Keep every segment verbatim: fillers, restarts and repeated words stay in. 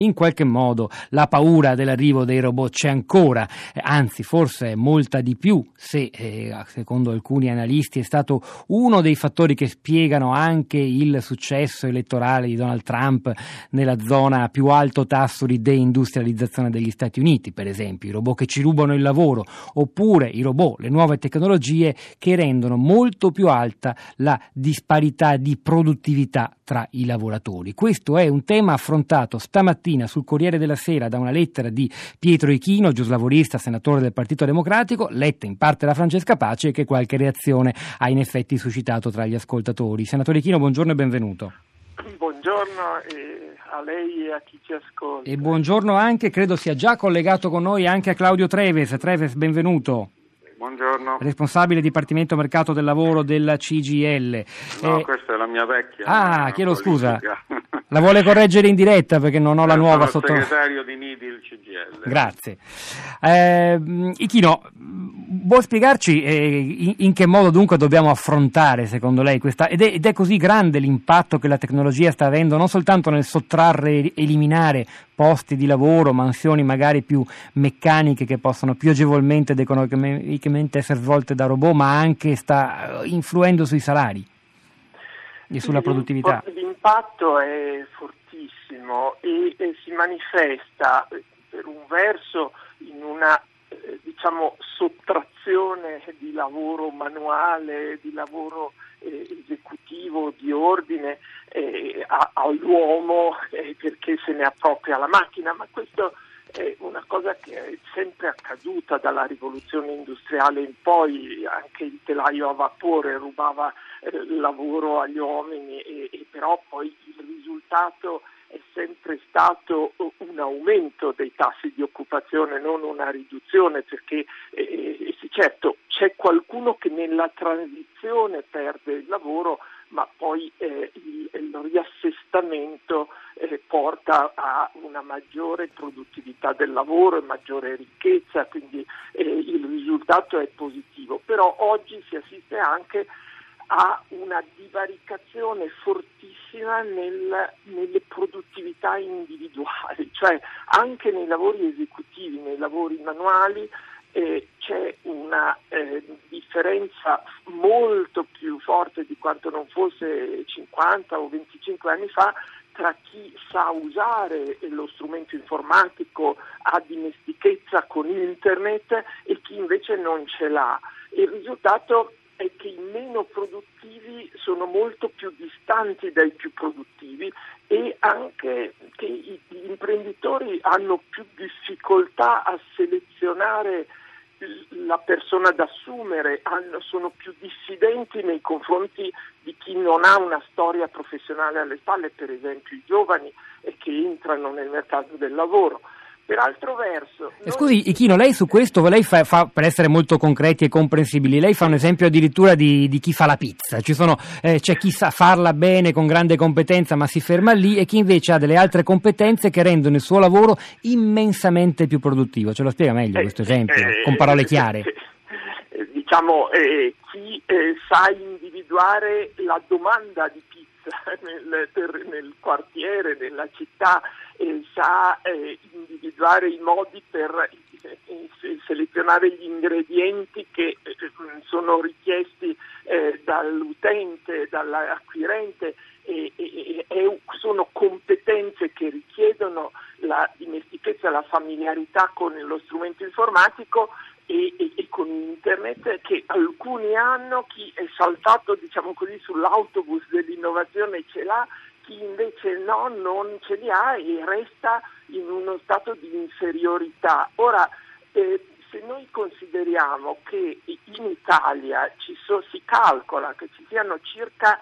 In qualche modo la paura dell'arrivo dei robot c'è ancora, anzi forse molta di più, se eh, secondo alcuni analisti è stato uno dei fattori che spiegano anche il successo elettorale di Donald Trump nella zona a più alto tasso di deindustrializzazione degli Stati Uniti, per esempio, i robot che ci rubano il lavoro, oppure i robot, le nuove tecnologie che rendono molto più alta la disparità di produttività tra i lavoratori. Questo è un tema affrontato stamattina sul Corriere della Sera da una lettera di Pietro Ichino, giuslavorista, senatore del Partito Democratico, letta in parte da Francesca Pace e che qualche reazione ha in effetti suscitato tra gli ascoltatori. Senatore Ichino, buongiorno e benvenuto. Buongiorno e a lei e a chi ci ascolta. E buongiorno anche, credo sia già collegato con noi anche a Claudio Treves. Treves, benvenuto. Buongiorno. Responsabile Dipartimento Mercato del Lavoro della C G I L. No, eh, questa è la mia vecchia. Ah, chiedo scusa. politica. La vuole correggere in diretta perché non ho la Sono nuova il sotto... segretario di Nidil C G I L. Grazie. Eh, Ichino, vuoi spiegarci eh, in, in che modo dunque dobbiamo affrontare, secondo lei, questa... Ed è, ed è così grande l'impatto che la tecnologia sta avendo, non soltanto nel sottrarre e eliminare posti di lavoro, mansioni magari più meccaniche che possono più agevolmente ed economicamente essere svolte da robot, ma anche sta influendo sui salari e sulla produttività. L'impatto è fortissimo e, e si manifesta per un verso in una eh, diciamo sottrazione di lavoro manuale, di lavoro eh, esecutivo, di ordine eh, a, all'uomo eh, perché se ne appropria la macchina, ma questo è una cosa che è sempre accaduta dalla rivoluzione industriale in poi. Anche il telaio a vapore rubava eh, lavoro agli uomini e, e però poi il risultato è sempre stato un aumento dei tassi di occupazione, non una riduzione, perché eh, certo c'è qualcuno che nella transizione perde il lavoro, ma poi eh, il, il riassestamento eh, porta a una maggiore produttività del lavoro e maggiore ricchezza, quindi eh, il risultato è positivo. Però oggi si assiste anche a una divaricazione fortissima nel, nelle produttività individuali, cioè anche nei lavori esecutivi, nei lavori manuali eh, c'è una eh, differenza molto più forte di quanto non fosse cinquanta o venticinque anni fa tra chi sa usare lo strumento informatico, ha dimestichezza con internet e chi invece non ce l'ha. Il risultato è che i meno produttivi sono molto più distanti dai più produttivi e anche che gli imprenditori hanno più difficoltà a selezionare la persona da assumere, hanno, sono più diffidenti nei confronti di chi non ha una storia professionale alle spalle, per esempio i giovani eh, che entrano nel mercato del lavoro. Per altro verso... Noi... Scusi Ichino, lei su questo, lei fa, fa, per essere molto concreti e comprensibili, lei fa un esempio addirittura di, di chi fa la pizza. Ci sono, eh, c'è chi sa farla bene con grande competenza ma si ferma lì e chi invece ha delle altre competenze che rendono il suo lavoro immensamente più produttivo. Ce lo spiega meglio eh, questo esempio, eh, con parole chiare? Eh, diciamo, eh, chi eh, sa individuare la domanda di pizza nel, per, nel quartiere, nella città, eh, sa eh, individuare i modi per eh, selezionare gli ingredienti che eh, sono richiesti eh, dall'utente, dall'acquirente e, e, e sono competenze che richiedono la dimestichezza, la familiarità con lo strumento informatico e, e, e con internet, che alcuni hanno, chi è saltato diciamo così sull'autobus dell'innovazione ce l'ha, chi invece no, non ce li ha e resta in uno stato di inferiorità. Ora, eh, se noi consideriamo che in Italia ci so, si calcola che ci siano circa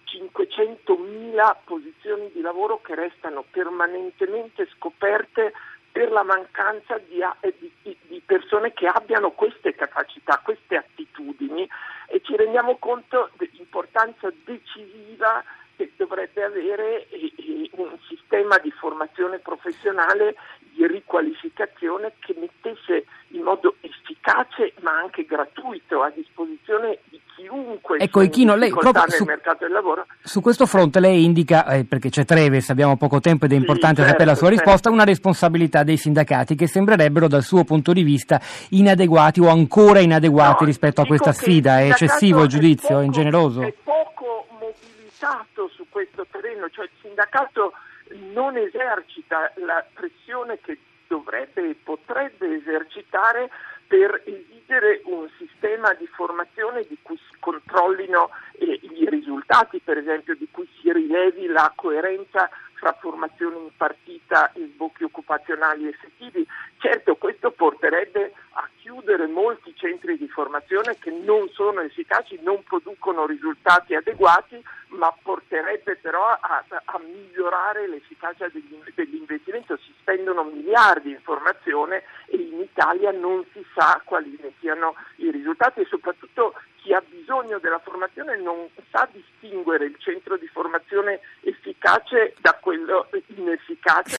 cinquecentomila posizioni di lavoro che restano permanentemente scoperte per la mancanza di, di, di persone che abbiano queste capacità, queste attitudini, e ci rendiamo conto dell'importanza decisiva che dovrebbe avere un sistema di formazione professionale, di riqualificazione che mettesse in modo efficace ma anche gratuito a disposizione di chi chiunque ecco, in Ichino, lei difficoltà proprio nel su, mercato del lavoro. Su questo fronte lei indica, eh, perché c'è Treves, abbiamo poco tempo ed è Sì, importante certo, sapere la sua certo. risposta, una responsabilità dei sindacati che sembrerebbero dal suo punto di vista inadeguati o ancora inadeguati No, rispetto a questa dico che sfida. È il eccessivo il sindacato giudizio? È è poco, ingeneroso? è poco mobilitato su questo terreno, cioè il sindacato non esercita la pressione che dovrebbe e potrebbe esercitare per esigere un sistema di formazione di cui si controllino eh, i risultati, per esempio, di cui si rilevi la coerenza fra formazione impartita e sbocchi occupazionali effettivi. Certo, questo porterebbe a chiudere molti centri di formazione che non sono efficaci, non producono risultati adeguati, ma porterebbe però a, a migliorare l'efficacia degli, dell'investimento. Si spendono miliardi in formazione e in Italia non si sa quali ne siano i risultati e soprattutto chi ha bisogno della formazione non sa distinguere il centro di formazione efficace da quello inefficace.